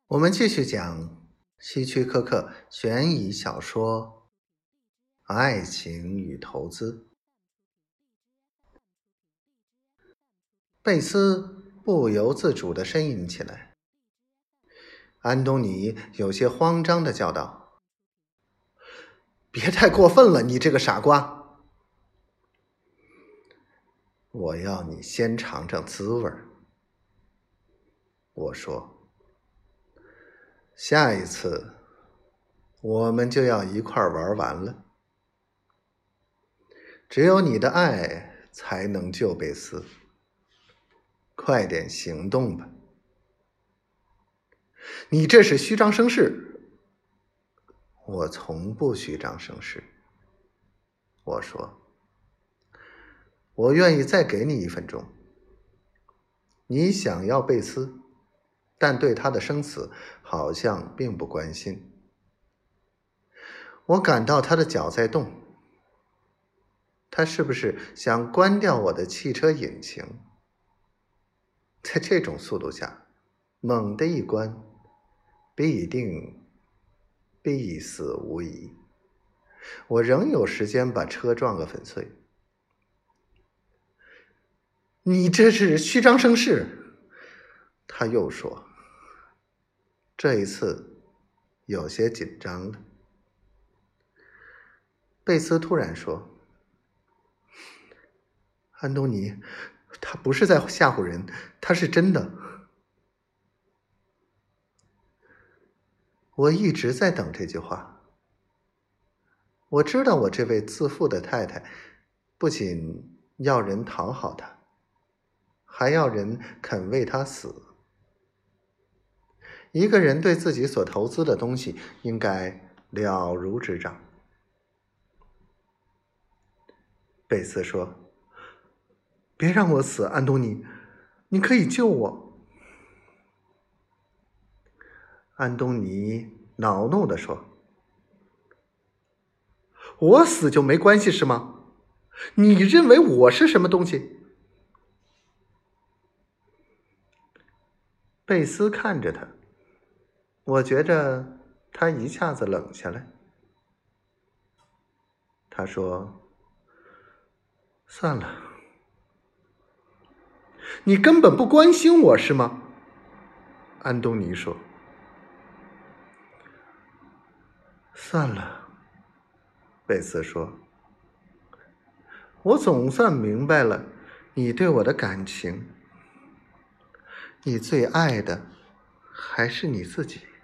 我们继续讲希区柯克悬疑小说《爱情与投资》。贝斯不由自主地呻吟起来。安东尼有些慌张地叫道：“别太过分了，你这个傻瓜！我要你先尝尝滋味。”我说，下一次我们就要一块玩完了。只有你的爱才能救贝斯，快点行动吧！你这是虚张声势。我从不虚张声势。我说，我愿意再给你1分钟。你想要贝斯，但对他的生死好像并不关心。我感到他的脚在动，他是不是想关掉我的汽车引擎？在这种速度下，猛地一关，必定必死无疑。我仍有时间把车撞个粉碎。你这是虚张声势，他又说，这一次有些紧张了。贝斯突然说，安东尼，他不是在吓唬人，他是真的。我一直在等这句话。我知道我这位自负的太太不仅要人讨好她，还要人肯为她死。一个人对自己所投资的东西应该了如指掌。贝斯说，别让我死，安东尼，你可以救我。安东尼恼怒地说，我死就没关系是吗？你认为我是什么东西？贝斯看着他，我觉着他一下子冷下来。他说，算了。你根本不关心我是吗？安东尼说。算了，贝斯说，我总算明白了你对我的感情。你最爱的还是你自己。